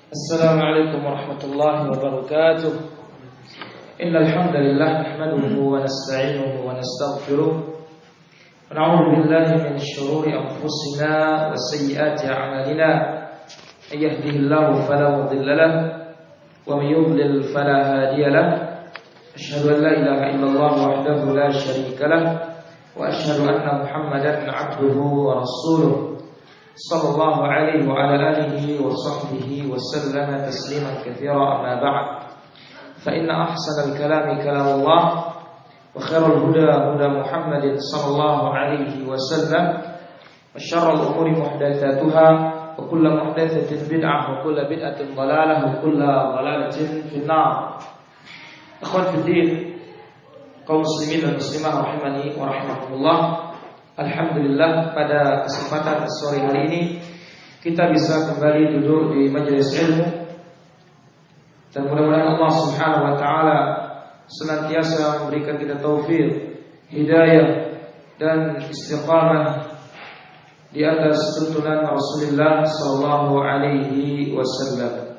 Assalamualaikum warahmatullahi wabarakatuh. Innal hamdalillah nahmaduhu wa nasta'inuhu wa nastaghfiruh. Wa na'udzu billahi min shururi anfusina wa sayyiati a'malina. May yahdihillahu fala mudilla lahu wa may yudlil fala hadiya lahu. Asyhadu an la ilaha illallah wahdahu la syarika lahu wa asyhadu anna Muhammadan 'abduhu wa rasuluh. Sallallahu alaihi wa ala alihi wa sahbihi wa sallama tasliman katsira amma ba'd. Fa inna ahsanal kalami kalamullah wa khairal huda huda Muhammadin sallallahu alaihi wa sallam wa syarrul umuri muhdatsatuha wa kullu muhdatsatin bid'ah wa kullu bid'atin dhalalah wa kullu dhalalatin finnar. Ikhwan fillah, kaum muslimin dan muslimah rahimani wa rahimakumullah. Alhamdulillah, pada kesempatan sore hari ini kita bisa kembali duduk di majelis ilmu, dan mudah-mudahan Allah Subhanahu wa taala senantiasa memberikan kita taufik, hidayah dan istiqamah di atas tuntunan Rasulullah sallallahu alaihi wasallam.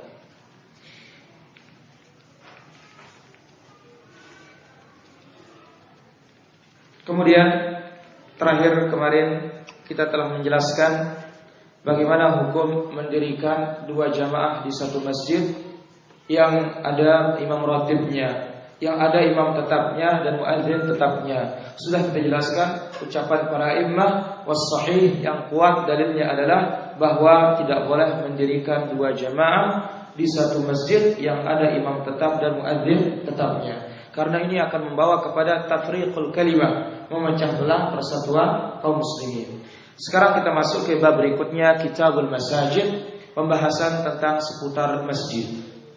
Kemudian terakhir kemarin kita telah menjelaskan bagaimana hukum mendirikan dua jamaah di satu masjid yang ada imam ratibnya, yang ada imam tetapnya dan muadzin tetapnya. Sudah kita jelaskan ucapan para imam was-sahih yang kuat dalilnya adalah bahwa tidak boleh mendirikan dua jamaah di satu masjid yang ada imam tetap dan muadzin tetapnya, karena ini akan membawa kepada tafriqul kalimah, memecah belah persatuan kaum muslimin. Sekarang kita masuk ke bab berikutnya, Kitabul Masajid, pembahasan tentang seputar masjid.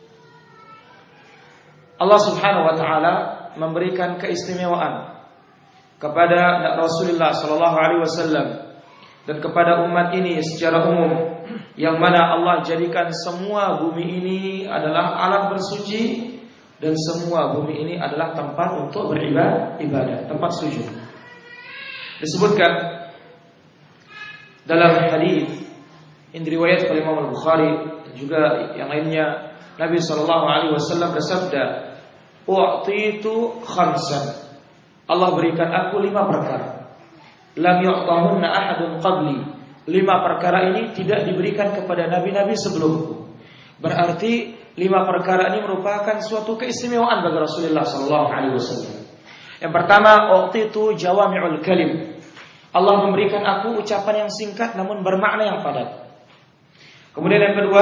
Allah Subhanahu wa taala memberikan keistimewaan kepada Rasulullah sallallahu alaihi wasallam dan kepada umat ini secara umum, yang mana Allah jadikan semua bumi ini adalah alat bersuci dan semua bumi ini adalah tempat untuk beribadah, tempat sujud. Disebutkan dalam hadis yang diriwayatkan oleh Imam Al-Bukhari dan juga yang lainnya, Nabi sallallahu alaihi wasallam bersabda, "U'titu khamsan." Allah berikan aku 5 perkara. Lam yu'tahunna ahadun qabli. 5 perkara ini tidak diberikan kepada nabi-nabi sebelumku. Berarti 5 perkara ini merupakan suatu keistimewaan bagi Rasulullah sallallahu alaihi wasallam. Yang pertama, u'titu jawami'ul kalim. Allah memberikan aku ucapan yang singkat namun bermakna yang padat. Kemudian yang kedua,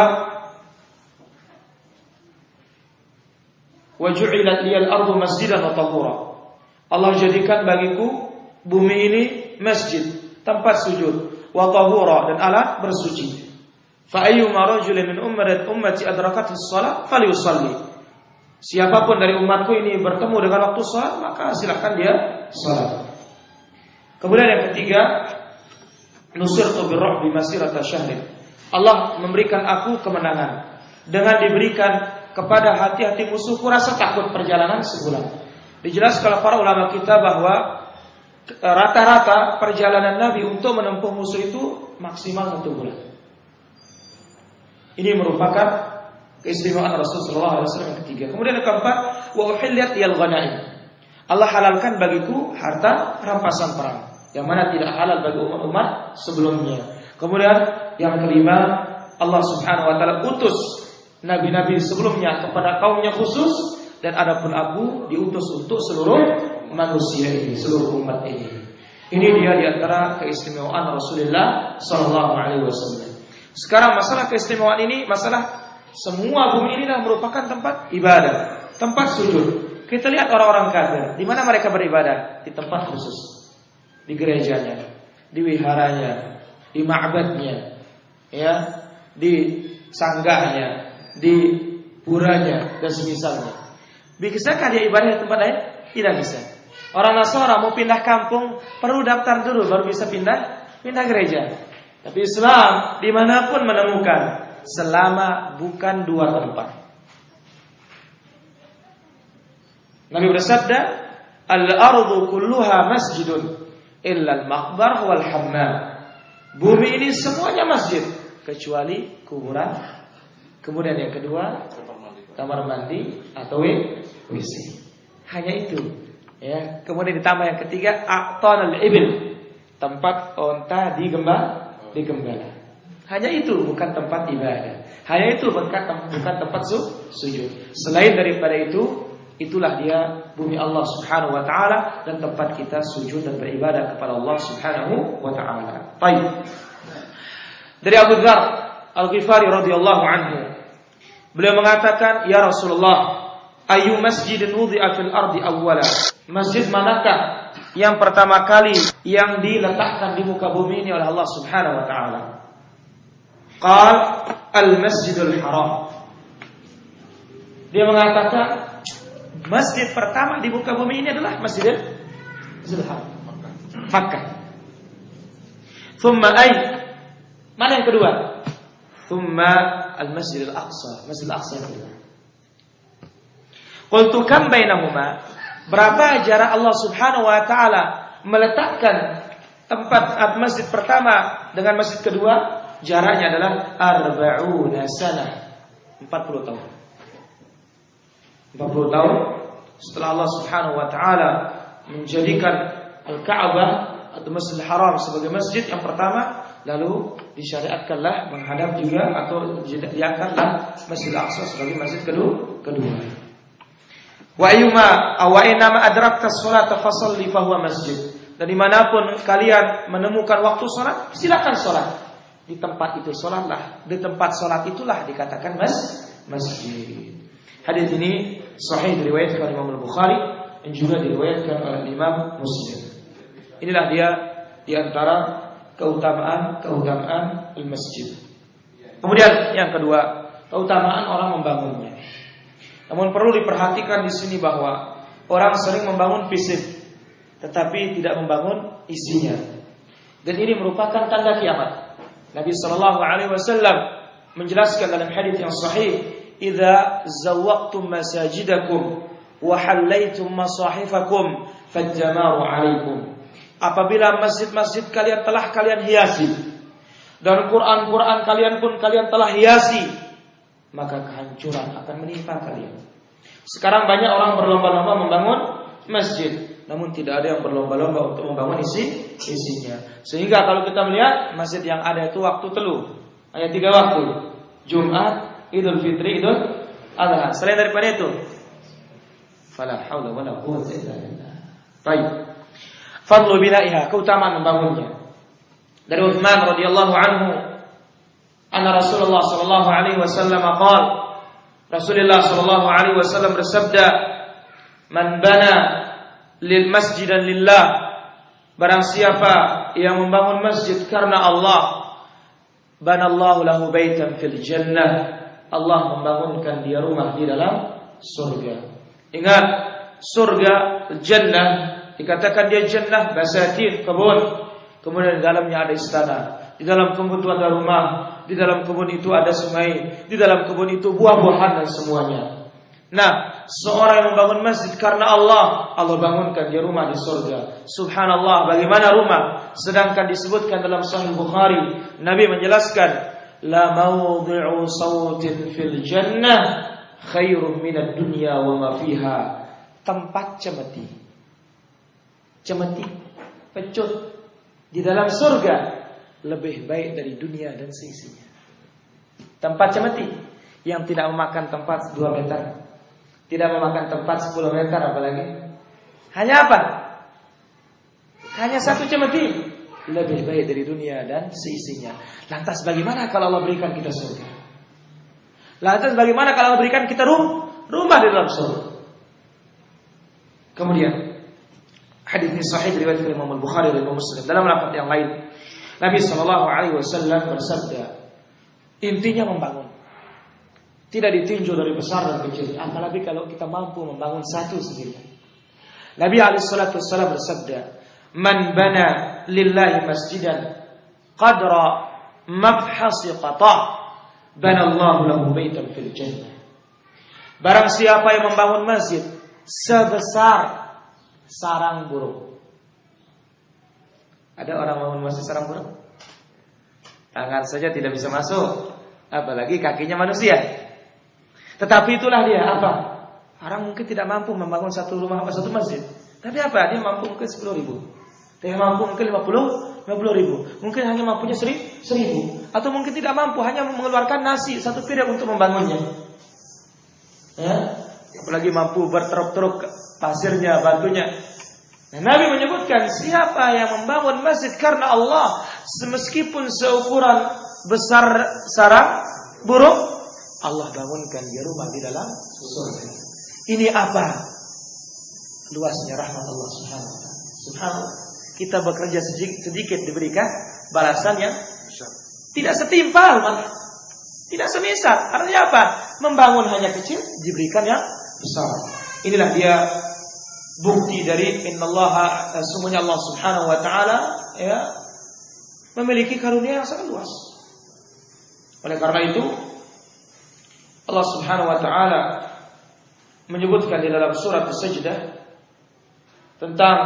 wa ju'ilat liyal ardu masjidan wa tahura. Allah jadikan bagiku bumi ini masjid, tempat sujud, wa tahura, dan alat bersuci. Fa ayyuma rajulin min ummati adrakatis shalah falyusalli. Siapapun dari umatku ini bertemu dengan waktu salat, maka silakan dia salat. Kemudian yang ketiga, nusirtu birru'bi masirata syahrin. Allah memberikan aku kemenangan dengan diberikan kepada hati-hati musuhku rasa takut perjalanan sebulan. Dijelaskan oleh para ulama kita bahwa rata-rata perjalanan Nabi untuk menempuh musuh itu maksimal 1 bulan. Ini merupakan keistimewaan Rasulullah SAW yang ketiga. Kemudian yang keempat, wa uhillat liyal ghanaim. Allah halalkan bagiku harta rampasan perang yang mana tidak halal bagi umat sebelumnya. Kemudian yang kelima, Allah Subhanahu wa taala utus nabi-nabi sebelumnya kepada kaumnya khusus, dan adapun aku diutus untuk seluruh manusia ini, seluruh umat ini. Ini dia di antara keistimewaan Rasulullah sallallahu alaihi wasallam. Sekarang masalah keistimewaan ini, masalah semua bumi ini adalah merupakan tempat ibadah, tempat sujud. Kita lihat orang-orang kafir, di mana mereka beribadah? Di tempat khusus, di gerejanya, di wiharanya, di ma'badnya, ya, di sanggahnya, di puranya dan semisalnya. Bisakah dia ibadah di tempat lain? Tidak bisa. Orang Nasara mau pindah kampung perlu daftar dulu baru bisa pindah gereja. Tapi Islam dimanapun menemukan, selama bukan 2 tempat. Nabi bersabda, "Al-ardu kulluha masjidun illa al-maqbar wal hammam." Bumi ini semuanya masjid kecuali kuburan Kemudian yang kedua, kamar mandi atau WC. Hanya itu. Ya. Kemudian ditambah yang ketiga, aqtanul ibil, tempat onta digembala. Hanya itu, bukan tempat ibadah. Hanya itu, bukan tempat sujud. Selain daripada itu, itulah dia bumi Allah Subhanahu wa taala dan tempat kita sujud dan beribadah kepada Allah Subhanahu wa taala. Baik. Dari Abu Dzar Al-Ghifari radhiyallahu anhu, beliau mengatakan, "Ya Rasulullah, ayu masjidin wudi'a fil ardi awwala?" Masjid manakah yang pertama kali yang diletakkan di muka bumi ini oleh Allah Subhanahu wa taala? Qal al-Masjidul Haram. Dia mengatakan masjid pertama di muka bumi ini adalah Masjidil Haram, Makkah. Thumma ay? Mana yang kedua? Thumma al-Masjidil Aqsa, Masjidil Aqsa yang kedua. Qultu kam bainahuma? Berapa jarak Allah Subhanahu wa taala meletakkan tempat masjid pertama dengan masjid kedua? Jaraknya adalah 40 sanah, 40 tahun. 40 tahun setelah Allah Subhanahu wa taala menjadikan Al-Ka'bah atau Masjidil Haram sebagai masjid yang pertama, lalu disyariatkanlah menghadap juga atau diangkatlah Masjidil Aqsa sebagai masjid kedua. Wa ayyuma aw inama adrakta sholata fasalli fa huwa masjid. Dan dimanapun kalian menemukan waktu salat, silakan salat. Di tempat itu salatlah, di tempat salat itulah dikatakan masjid. Hadis ini sahih diriwayatkan oleh Imam Al-Bukhari dan juga diriwayatkan oleh Imam Muslim. Inilah dia di antara keutamaan al-masjid. Kemudian yang kedua, keutamaan orang membangunnya. Namun perlu diperhatikan di sini bahwa orang sering membangun fisik tetapi tidak membangun isinya. Dan ini merupakan tanda kiamat. Nabi sallallahu alaihi wasallam menjelaskan dalam hadis yang sahih, "Idza zawwaqtum masajidakum wa hallaytum masahifakum fajjamaru alaikum." Apabila masjid-masjid kalian telah kalian hiasi dan Quran-Quran kalian pun kalian telah hiasi, maka kehancuran akan menimpa kalian. Sekarang banyak orang berlomba-lomba membangun masjid, namun tidak ada yang berlomba-lomba untuk membangun isinya. Sehingga kalau kita melihat masjid yang ada itu waktu telu, hanya 3 waktu: Jumat, Idul Fitri, Idul Adha. Selain daripada itu, fala haula wala quwwata illa billah. Baik. Fadlu bina'iha, keutamaan membangunnya. Dari Utsman radhiyallahu anhu, anna Rasulullah sallallahu alaihi wasallam qala, Rasulullah sallallahu alaihi wasallam bersabda, "Man bana lil masjidan lillah." Barang siapa yang membangun masjid karena Allah, banallahu lahu baitan fil jannah. Allah membangunkan dia rumah di dalam surga. Ingat, surga jannah dikatakan dia jannah basatin, kebun. Kemudian di dalamnya ada istana. Di dalam kebun itu ada rumah. Di dalam kebun itu ada sungai. Di dalam kebun itu buah-buahan dan semuanya. Nah, seorang yang membangun masjid karena Allah, Allah bangunkan dia rumah di surga. Subhanallah, bagaimana rumah? Sedangkan disebutkan dalam Sahih Bukhari, Nabi menjelaskan, la mawdi'u sawtin fil jannah khairun minad dunya wa ma fiha. Tempat cemeti, pecut di dalam surga lebih baik dari dunia dan seisinya. Tempat cemeti yang tidak memakan tempat 2 meter, tidak memakan tempat 10 meter apalagi. Hanya apa? Hanya 1 cemeti, lebih baik dari dunia dan seisinya. Lantas bagaimana kalau Allah berikan kita surga? Lantas bagaimana kalau Allah berikan kita rumah di dalam surga? Kemudian hadis ini sahih diriwayatkan Imam Al-Bukhari dan Imam Muslim. Dalam lafaz yang lain, Nabi sallallahu alaihi wasallam bersabda, intinya membangun. Tidak ditinjau dari besar dan kecil, apalagi kalau kita mampu membangun satu sendiri. Nabi alaihi salatu wasallam bersabda, "Man bana lillahi masjidan qadra mafhasi qata', bana Allahu lahu baitan fil jannah." Barang siapa yang membangun masjid sebesar sarang burung. Ada orang membangun masjid sarang burung? Tangan saja tidak bisa masuk. apalagi kakinya manusia. Tetapi itulah dia apa? Orang mungkin tidak mampu membangun satu rumah atau satu masjid. Tapi apa? Dia mampu mungkin 10.000. Dia mampu mungkin 50.000. Mungkin hanya mampunya 1.000. Atau mungkin tidak mampu, hanya mengeluarkan nasi 1 piring untuk membangunnya. Ya, apalagi mampu berteruk-teruk pasirnya, batunya. Nah, Nabi menyebutkan siapa yang membangun masjid karena Allah, meskipun seukuran besar sarang burung, Allah bangunkan dia rumah di dalam surga. Ini apa? Luasnya rahmat Allah Subhanahu wa taala. Subhanallah. Kita bekerja sedikit diberikan balasan yang tidak setimpal, malah tidak semisal. Artinya apa? Membangun hanya kecil, diberikan yang besar. Inilah dia bukti dari innallaha, sungguhnya Allah Subhanahu wa taala ya memiliki karunia yang sangat luas. Oleh karena itu Allah Subhanahu wa taala menyebutkan di dalam surat As-Sajdah tentang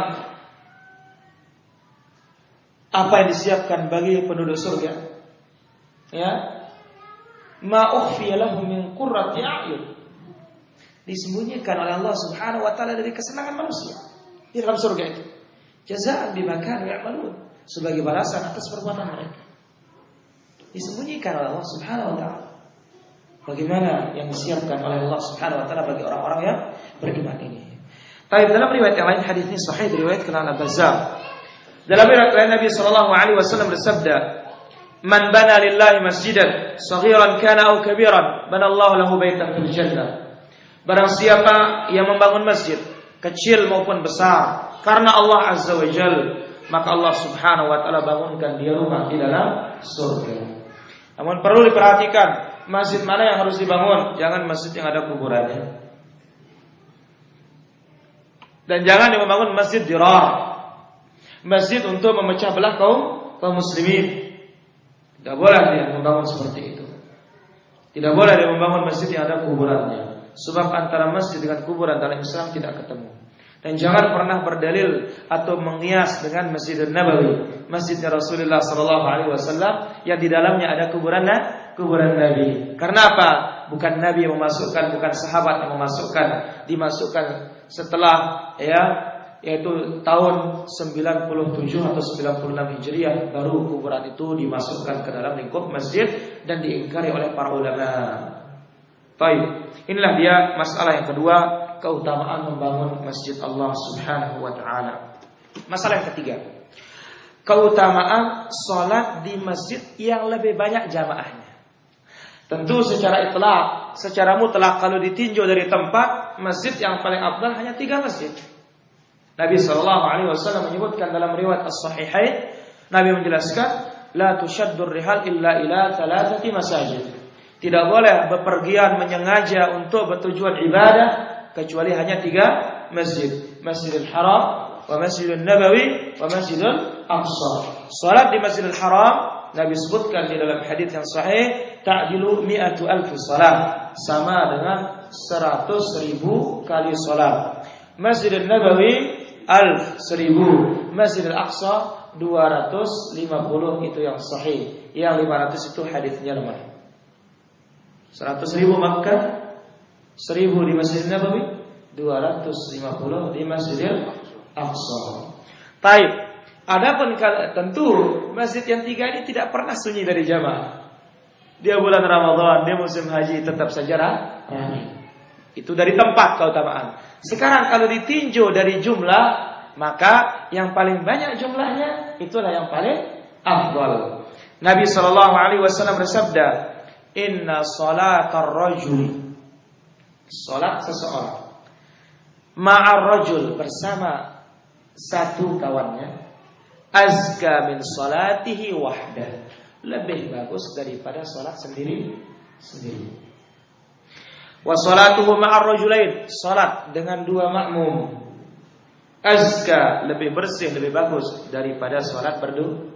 apa yang disiapkan bagi penduduk surga. Ya. Ma ukhfiya lahum min qurrati a'yun. Disembunyikan oleh Allah Subhanahu wa taala dari kesenangan manusia di dalam surga itu. Jazaa'an bima kanu ya'malun, sebagai balasan atas perbuatan mereka. Disembunyikan oleh Allah Subhanahu wa taala. Bagaimana yang disiapkan oleh Allah Subhanahu wa taala bagi orang-orang yang beriman ini. Tapi dalam riwayat yang lain, hadis ini sahih diriwayatkan oleh Al-Bazzar. Dalam riwayat lain Nabi sallallahu alaihi wasallam bersabda, "Man bana lillahi masjidan, saghiran kana aw kabiran, bana Allah lahu baitan fil jannah." Barang siapa yang membangun masjid, kecil maupun besar, karena Allah Azza wa Jalla, maka Allah Subhanahu wa taala bangunkan dia rumah di dalam surga. Namun perlu diperhatikan, masjid mana yang harus dibangun? Jangan masjid yang ada kuburannya. Dan jangan membangun masjid dirar. Masjid untuk memecah belah kaum muslimin. Tidak boleh dia membangun seperti itu. Tidak boleh dia membangun masjid yang ada kuburannya. Sebab antara masjid dengan kuburan dalam Islam tidak ketemu. Dan jangan pernah berdalil atau mengias dengan Masjidun Nabawi, masjidnya Rasulullah SAW, yang di dalamnya ada kuburan Nabi. Karena apa? Bukan Nabi yang memasukkan, bukan sahabat yang memasukkan, dimasukkan setelah yaitu tahun 97 atau 96 Hijriah, baru kuburan itu dimasukkan ke dalam lingkup masjid dan diingkari oleh para ulama. Baik, inilah dia masalah yang kedua, keutamaan membangun masjid Allah Subhanahu wa taala. Masalah yang ketiga, keutamaan salat di masjid yang lebih banyak jamaahnya. Tentu secara itlaq, secara mutlak kalau ditinjau dari tempat, masjid yang paling afdal hanya 3 masjid. Nabi SAW menyebutkan dalam riwayat As-Sahihain, Nabi menjelaskan, la tushaddur rihal illa ila 3 masajid. Tidak boleh bepergian menyengaja untuk bertujuan ibadah kecuali hanya 3 masjid. Masjidil Haram, wa Masjidun Nabawi, wa Masjidul Aqsa. Salat di Masjidil Haram, Nabi sebutkan di dalam hadis yang sahih, ta'dilu 100,000 salat, sama dengan 100.000 kali salat. Masjidil Nabawi 1,000, Masjidil Aqsa 250, itu yang sahih. Yang 500 itu hadisnya lemah. 100.000 Makkah, 1,000 di Masjidil Nabawi, 250 di Masjidil Aqsa. Baik. Adapun tentu masjid yang 3 ini tidak pernah sunyi dari jamaah. Dia bulan Ramadan, dia musim haji, tetap saja ramai. Itu dari tempat keutamaan. Sekarang kalau ditinjau dari jumlah, maka yang paling banyak jumlahnya itulah yang paling afdal. Nabi SAW bersabda, "Inna salatar rajuli," salat seseorang, ma'ar rajul, bersama satu kawannya, azka min salatihi wahdah, lebih bagus daripada salat sendiri. Wa salatuhu ma'ar rajulain, salat dengan 2 makmum, azka, lebih bersih, lebih bagus daripada salat berdua.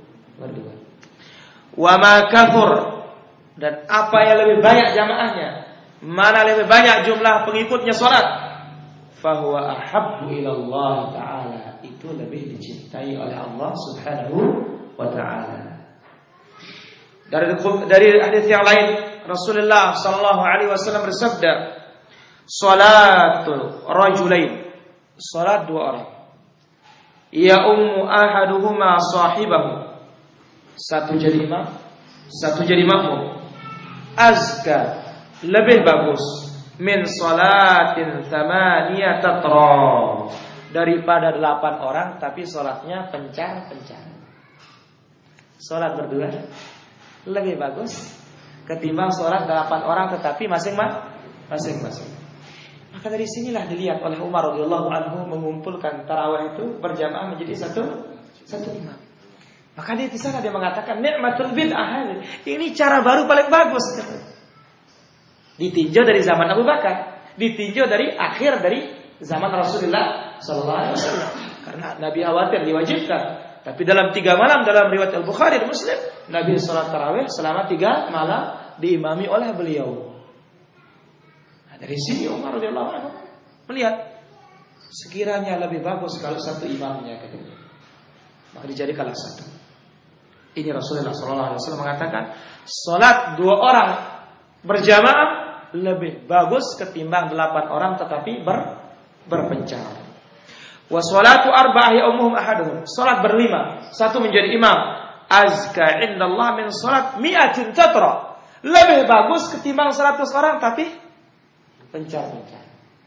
Wa ma kathur, dan apa yang lebih banyak jamaahnya, mana lebih banyak jumlah pengikutnya salat, fahuwa ahabbu ila Allah ta'ala, itu lebih dicintai oleh Allah Subhanahu wa ta'ala. Dari hadis yang lain, Rasulullah sallallahu alaihi wasallam bersabda, "Salatul rajulain." Salat dua orang. Ya ummu ahaduhuma sahibahu. Satu jadi imam, satu jadi makmum. Azka, lebih bagus min salatin thamaniyata tra, daripada 8 orang tapi salatnya pencar-pencar. Salat berdua lebih bagus ketimbang salat 8 orang tetapi masing-masing. Maka dari sinilah dilihat oleh Umar radhiyallahu anhu mengumpulkan tarawih itu berjamaah menjadi satu imam. Maka di sana dia mengatakan nikmatul bid'ah, ini cara baru paling bagus. Ditinjau dari zaman Abu Bakar, ditinjau dari akhir dari zaman Rasulullah sallallahu alaihi wasallam. Karena Nabi khawatir diwajibkan. Tapi dalam 3 malam dalam riwayat Al-Bukhari dan Muslim, Nabi salat tarawih selama 3 malam diimami oleh beliau. Dari sini Umar radhiyallahu anhu melihat sekiranya lebih bagus kalau satu imamnya katanya. Maka dijadikanlah satu. Ini Rasulullah sallallahu alaihi wasallam mengatakan, salat 2 orang berjamaah lebih bagus ketimbang 8 orang tetapi berpencar. Wa salatu arba'ah ya ummuhum ahaduhum. Salat berlima, satu menjadi imam, azka indallah min salat mi'atin tatra. Lebih bagus ketimbang 100 orang tapi pencar-pencar.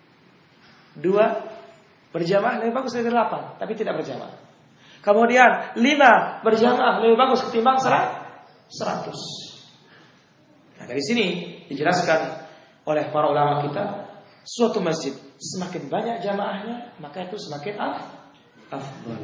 2 berjamaah lebih bagus dari 8 tapi tidak berjamaah. Kemudian 5 berjamaah lebih bagus ketimbang 100. Nah, dari sini dijelaskan oleh para ulama kita, suatu masjid semakin banyak jamaahnya maka itu semakin afdal.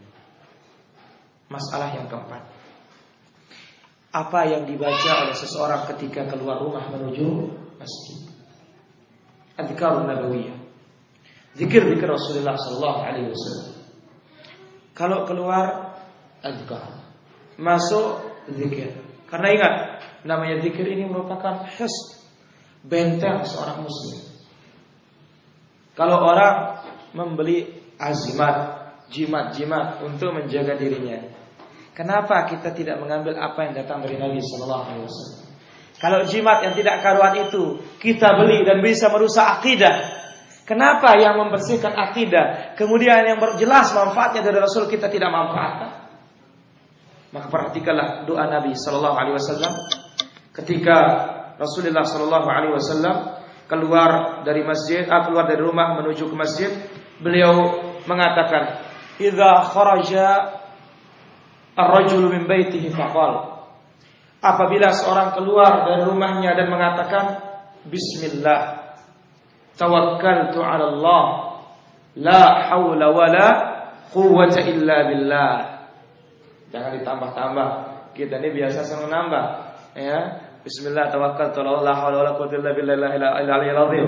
Masalah yang keempat, apa yang dibaca oleh seseorang ketika keluar rumah menuju masjid? Adzkarun nabawiyah, zikir-zikir Rasulullah sallallahu alaihi wasallam. Kalau keluar adzkar, masuk zikir. Karena ingat, namanya zikir ini merupakan hisn, benteng seorang muslim. Kalau orang membeli azimat, jimat untuk menjaga dirinya, kenapa kita tidak mengambil apa yang datang dari Nabi sallallahu alaihi wasallam? Kalau jimat yang tidak karuan itu kita beli dan bisa merusak akidah, kenapa yang membersihkan akidah, kemudian yang berjelas manfaatnya dari Rasul kita tidak manfaatkan? Maka perhatikanlah doa Nabi sallallahu alaihi wasallam ketika Rasulullah sallallahu alaihi wasallam keluar dari rumah menuju ke masjid, beliau mengatakan, "Idza kharaja ar-rajulu min baitihi faqala." Apabila seorang keluar dari rumahnya dan mengatakan bismillah, tawakkaltu 'ala Allah, la haula wala quwwata illa billah. Jangan ditambah-tambah. Kita ini biasa senang nambah, ya. Bismillah tawakkaltu 'ala Allah, la haula wala quwwata illa billahil aliyyil azim.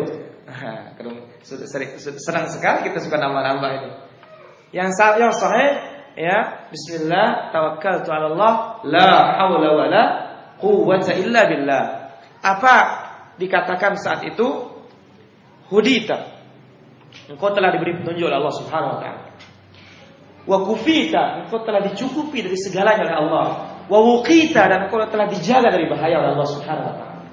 Senang sekali kita suka nambah-nambah ini. Yang sahih, ya, bismillah tawakkaltu 'ala Allah, la haula wala quwwata illa billah. Apa dikatakan saat itu? Hudita, engkau telah diberi petunjuk oleh Allah Subhanahu wa taala. Wa kufita, engkau telah dicukupi dari segalanya oleh Allah. Wa wuqita, dan engkau telah dijaga dari bahaya oleh Allah Subhanahu wa taala.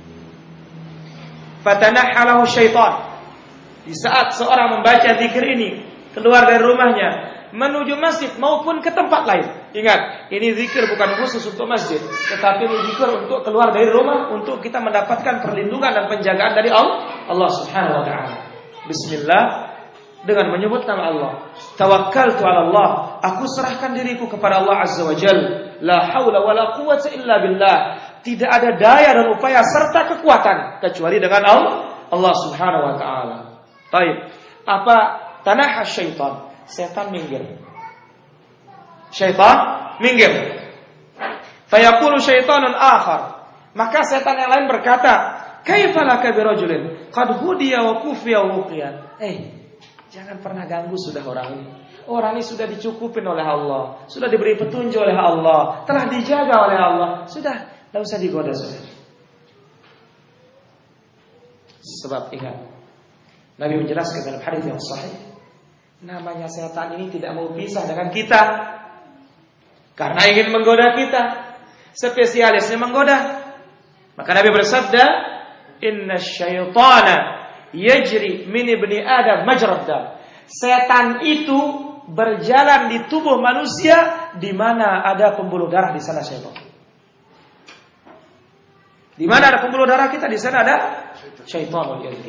Fatanahalahu syaitan. Di saat seorang membaca zikir ini, keluar dari rumahnya menuju masjid maupun ke tempat lain. Ingat, ini zikir bukan khusus untuk masjid, tetapi ini zikir untuk keluar dari rumah, untuk kita mendapatkan perlindungan dan penjagaan dari Allah Subhanahu wa taala. Bismillah, dengan menyebut nama Allah. Tawakkaltu 'ala Allah, aku serahkan diriku kepada Allah Azza wa Jalla. La haula wala quwwata illa billah. Tidak ada daya dan upaya serta kekuatan kecuali dengan Allah Subhanahu wa taala. Baik. Apa tanah syaitan? Setan minggir. Syaitan minggir. Fayaqulu syaitanun akhar. Maka setan yang lain berkata, "Kaifa laka bi rajulin qad hudiya wa kufiya wa wuqiya?" Jangan pernah ganggu sudah orang ini. Orang ini sudah dicukupin oleh Allah, sudah diberi petunjuk oleh Allah, telah dijaga oleh Allah. Sudah, tidak usah digoda sudah. Sebab ingat, Nabi menjelaskan dalam hadis yang sahih, namanya setan ini tidak mau pisah dengan kita karena ingin menggoda kita. Spesialisnya menggoda. Maka Nabi bersabda, "Inna syaitana yajri min ibni Adam majrad dam." Setan itu berjalan di tubuh manusia di mana ada pembuluh darah, di sana syaitan. Di mana ada pembuluh darah kita, di sana ada syaitan.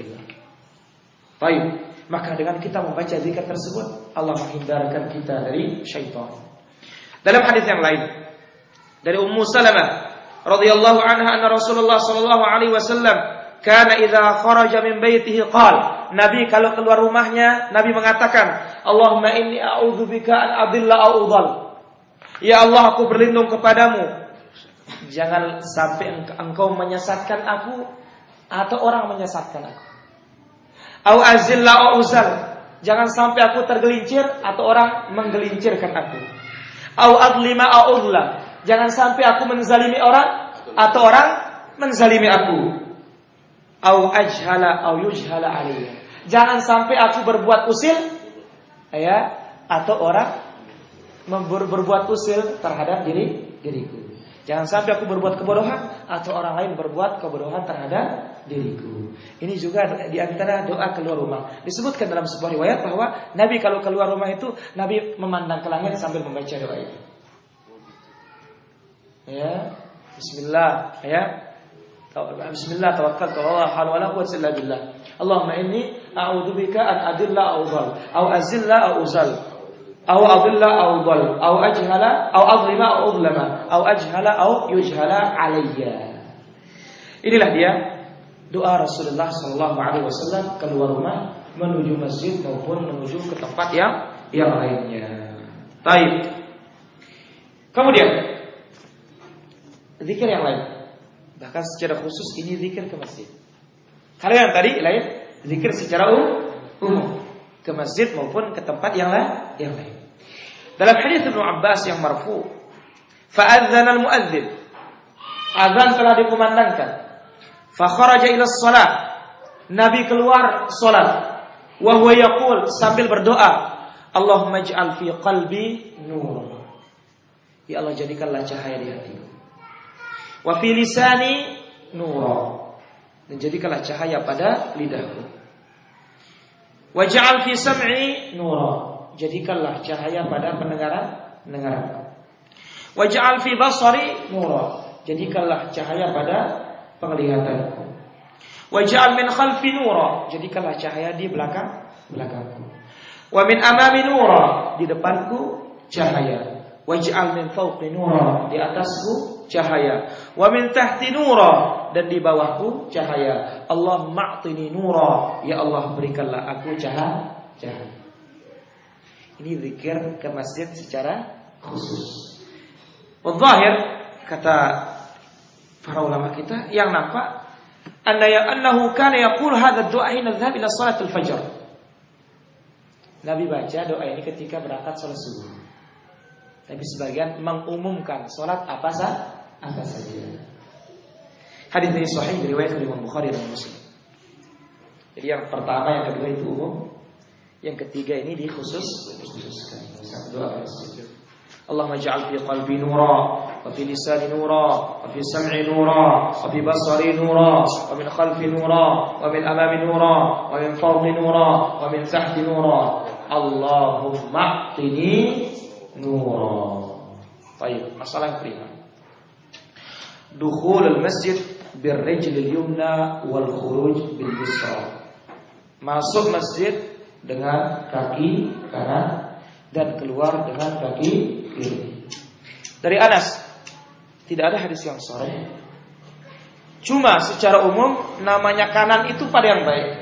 Baik, maka dengan kita membaca zikir tersebut, Allah menghindarkan kita dari syaitan. Dalam hadis yang lain dari Ummu Salamah radhiyallahu anha anna Rasulullah sallallahu alaihi wasallam kana idza kharaja min baitihi qala, Nabi kalau keluar rumahnya Nabi mengatakan, Allahumma inni a'udzubika an adilla aw udhal. Ya Allah, aku berlindung kepadamu jangan sampai engkau menyesatkan aku atau orang menyesatkan aku. Au azilla aw uzal, jangan sampai aku tergelincir atau orang menggelincirkan aku. Au adlima aw udlam, jangan sampai aku menzalimi orang atau orang menzalimi aku. Au ajhala au yujhala alayya, jangan sampai aku berbuat usil ya atau orang berbuat usil terhadap diriku. Jangan sampai aku berbuat kebodohan atau orang lain berbuat kebodohan terhadap diriku. Ini juga di antara doa keluar rumah. Disebutkan dalam sebuah riwayat bahwa Nabi kalau keluar rumah itu Nabi memandang ke langit sambil membaca doa ini. Ya, bismillah, ya. Bismillah tawakkaltu 'ala Allah wa la quwwata illa billah. Allahumma inni a'udzubika an adilla aw udhal aw azilla aw uzal aw adilla aw udhal aw ajhala aw adlima aw udlama aw ajhala aw yujhala alayya. Inilah dia doa Rasulullah sallallahu alaihi wasallam keluar rumah menuju masjid maupun menuju ke tempat yang lainnya. Baik. Kemudian zikir yang lain. Bahkan secara khusus ini zikir ke masjid. Kalau yang tadi lain zikir secara umum ke masjid maupun ke tempat yang lain. Dalam hadis Ibnu Abbas yang marfu, fa'adzana al-muadzin, azan telah dikumandangkan, fa kharaja ila shalah, Nabi keluar salat, wa huwa yaqul, sambil berdoa, Allahumma ij'al fi qalbi nur, ya Allah jadikanlah cahaya di hatiku. Wa fi lisani nura, dan jadikanlah cahaya pada lidahku. Waj'al fi sam'i nura, jadikanlah cahaya pada pendengaranku. Waj'al fi basari nura, jadikanlah cahaya pada penglihatanku. Waj'al min khalfi nura, jadikanlah cahaya di belakangku. Wa min amami nura, di depanku cahaya. Waj'al min fawqi nura, di atasku cahaya. Wa min tahti nura, dan di bawahku cahaya. Allahumma a'tini nura, ya Allah berikanlah aku cahaya. Ini zikir ke masjid secara khusus. Wadh-dhahir, kata para ulama kita, yang nampak annahu kana yaqul hadha ad-du'a hina dhahab ila salatul fajr. Nabi baca doa ini ketika berangkat salat subuh. Tapi sebagian mengumumkan salat apa saja. Hadis ini sahih diriwayatkan oleh Imam Bukhari dan Muslim. Jadi yang pertama, yang kedua itu umum, yang ketiga ini dikhususkan. Doa masjid. Allahumma ij'al fi qalbi nura, wa fi lisani nura, wa fi sam'i nura, wa fi basari nura, wa min khalfi nura, wa min amami nura, wa min fawqi nura, wa min tahti nura. Allahumma a'tini nura. Baik, masalah yang kelima. Dukhul al-masjid bir-rijl al-yumna wal khuruj bil-yusra. Masuk masjid dengan kaki kanan dan keluar dengan kaki kiri. Dari Anas tidak ada hadis yang sahih. Cuma secara umum namanya kanan itu pada yang baik.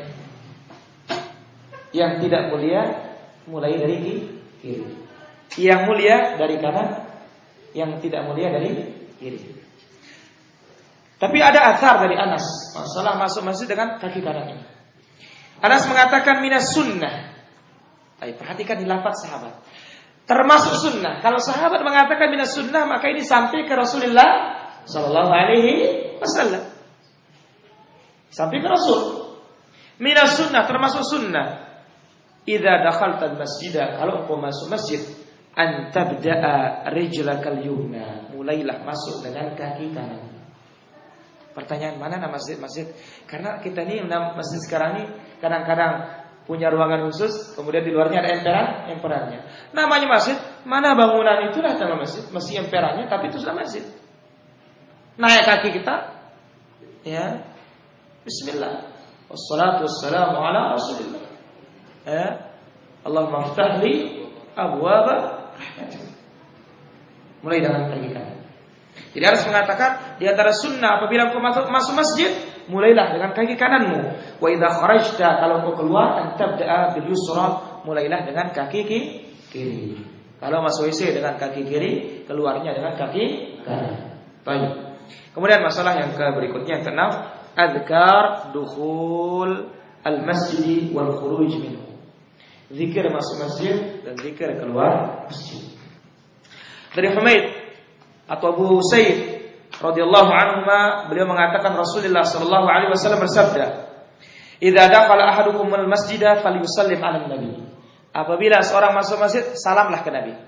Yang tidak mulia mulai dari kiri. Yang mulia dari kanan, yang tidak mulia dari kiri. Tapi ada athar dari Anas masalah masuk masjid dengan kaki kanan ini. Anas mengatakan minas sunnah. Baik, perhatikan di lafaz sahabat. Termasuk sunnah. Kalau sahabat mengatakan minas sunnah, maka ini sampai ke Rasulullah sallallahu alaihi wasallam. Sampai ke Rasul. Minas sunnah, termasuk sunnah. Idza dakhaltal masjidah, kalau engkau masuk masjid, an tabda'a rijlakal yumna, mulailah masuk dengan kaki kanan. Pertanyaan, mana nama masjid? Karena kita ini masjid sekarang ini kadang-kadang punya ruangan khusus, kemudian di luarnya ada emperannya. Namanya masjid, mana bangunan itulah nama masjid, masih emperannya, tapi itu sudah masjid. Naik kaki kita, ya, Bismillah, wassalatu wassalamu ala Rasulillah. Ya, Allahumma ftah li abwaba rahmatik. Mulai dengan kaki kanan. Jadi harus mengatakan di antara sunnah apabila kau masuk masjid, mulailah dengan kaki kananmu. Wa idza kharajta, kalau kau keluar, antabda'a bil yusra, mulailah dengan kaki kiri. Kalau masuk WC dengan kaki kiri, keluarnya dengan kaki kanan. Baik. Kemudian masalah yang berikutnya yang keenam, adzkar dukhul al-masjid wal khuruj minhu. Zikir masuk masjid dan zikir keluar masjid. Dari Humaid atau Abu Sa'id radhiyallahu anhuma, beliau mengatakan Rasulullah sallallahu alaihi wasallam bersabda, "Idza dakhala ahadukum al-masjida falyusallim 'ala nabi." Apabila seorang masuk masjid, salamlah ke Nabi.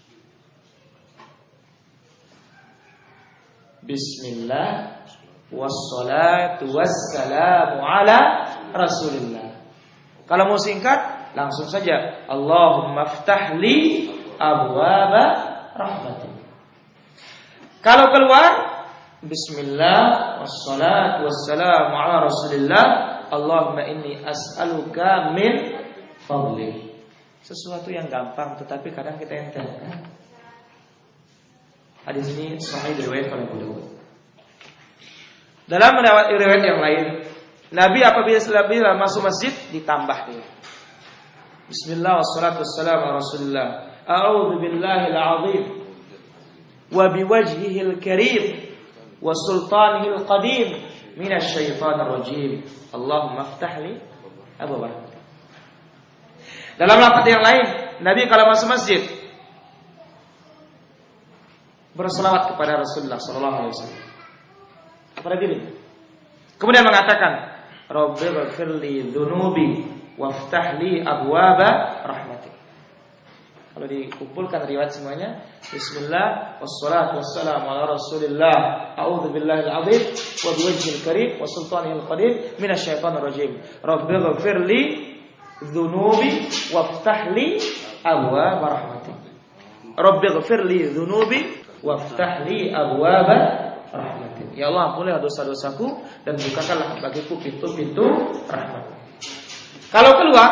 Bismillah wassalatu wassalamu ala Rasulillah. Kalau mau singkat, langsung saja Allahumma ftah li abwaba rahmatik. Kalau keluar, Bismillah wassalatu wassalamu ala Rasulillah, Allahumma inni as'aluka min fadlik. Sesuatu yang gampang tetapi kadang kita entengkan. Hadis ini sahih diriwayatkan oleh Abu Dawud. Dalam riwayat yang lain, Nabi apabila masuk masjid ditambah dia. Bismillah wassalatu wassalamu ala Rasulillah. A'udzu billahil azim wa biwajhihil karim wa sultanihil qadim minasy syaithanir rajim. Allahumma ftah li abwaab rahmatik. Dalam lafaz yang lain, Nabi kalau masuk masjid berselawat kepada Rasulullah sallallahu alaihi wasallam. Kepada diri. Kemudian mengatakan, Rabbighfirli dzunubi waftah li abwaaba rahmatik. Kalau dikumpulkan riwayat semuanya, Bismillah wassalatu wassalamu ala Rasulillah, a'udzu billahil azim wa biwajhil karim wa sultanihil qadim minasy syaithanir rajim. Rabbighfirli dzunubi waftah li abwaaba rahmatik. Rabbighfirli dzunubi waftah li abwaaba rahmatik. Ya Allah, ampunilah dosa-dosaku dan bukakanlah bagiku pintu-pintu rahmat. Kalau keluar,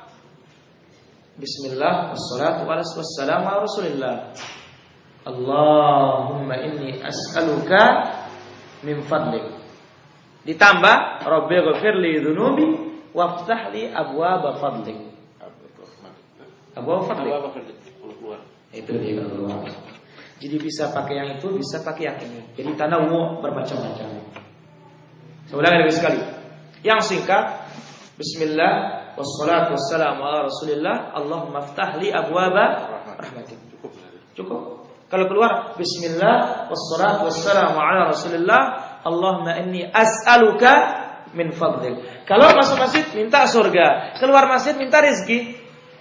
Bismillah wassalatu wassalamu ala Rasulillah. Allahumma inni as'aluka min fadlik. Ditambah Rabbighfirli dzunubi waftah li abwaaba fadlik. Abwaaba fadlik. Itu dia kalau keluar. Jadi bisa pakai yang itu, bisa pakai yang ini. Jadi tanawwu bermacam-macam. Saya ulangi lagi sekali. Yang singkat, Bismillah wassalatu wassalamu ala Rasulillah, Allahumma ftah li abwaaba rahmatik. Cukup. Kalau keluar, Bismillah wassalatu wassalamu ala Rasulillah, Allahumma inni as'aluka min fadlik. Kalau masuk masjid minta surga, keluar masjid minta rezeki.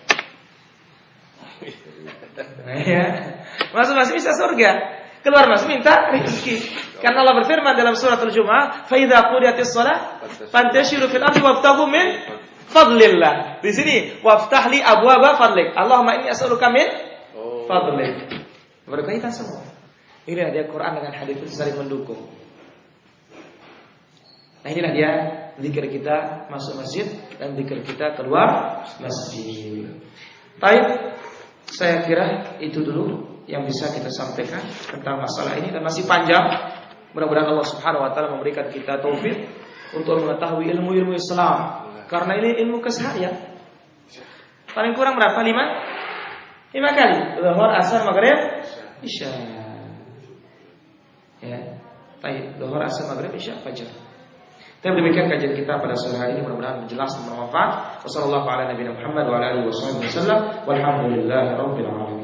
Ya. Masuk masjid bisa surga, keluar masjid minta rezeki. Karena Allah berfirman dalam surat Al-Jumu'ah, "Fa idza qudiyatis shalah fantashiru fil ardi wabtaghu min fadlillah." Di sini waftah li abwaaba fadlik. Allahumma inni as'aluka min fadlik. Berkaitan semua. Inilah dia Quran dengan hadis itu saling mendukung. Nah, inilah dia zikir kita masuk masjid dan zikir kita keluar masjid. Baik, saya kira itu dulu yang bisa kita sampaikan tentang masalah ini, dan masih panjang. Mudah-mudahan Allah Subhanahu wa taala memberikan kita taufik untuk mengetahui ilmu-ilmu Islam. Karena ini ilmu keseharian. Paling kurang berapa? 5 kali. Zuhur, asar, maghrib, isya. Ya. Baik, zuhur, asar, maghrib, isya, fajar. Dan demikian kajian kita pada sore hari ini, mudah-mudahan menjelaskan bermanfaat. Wassallallahu ala nabiyina Muhammad wa ala alihi wasallam. Walhamdulillahirabbil alamin.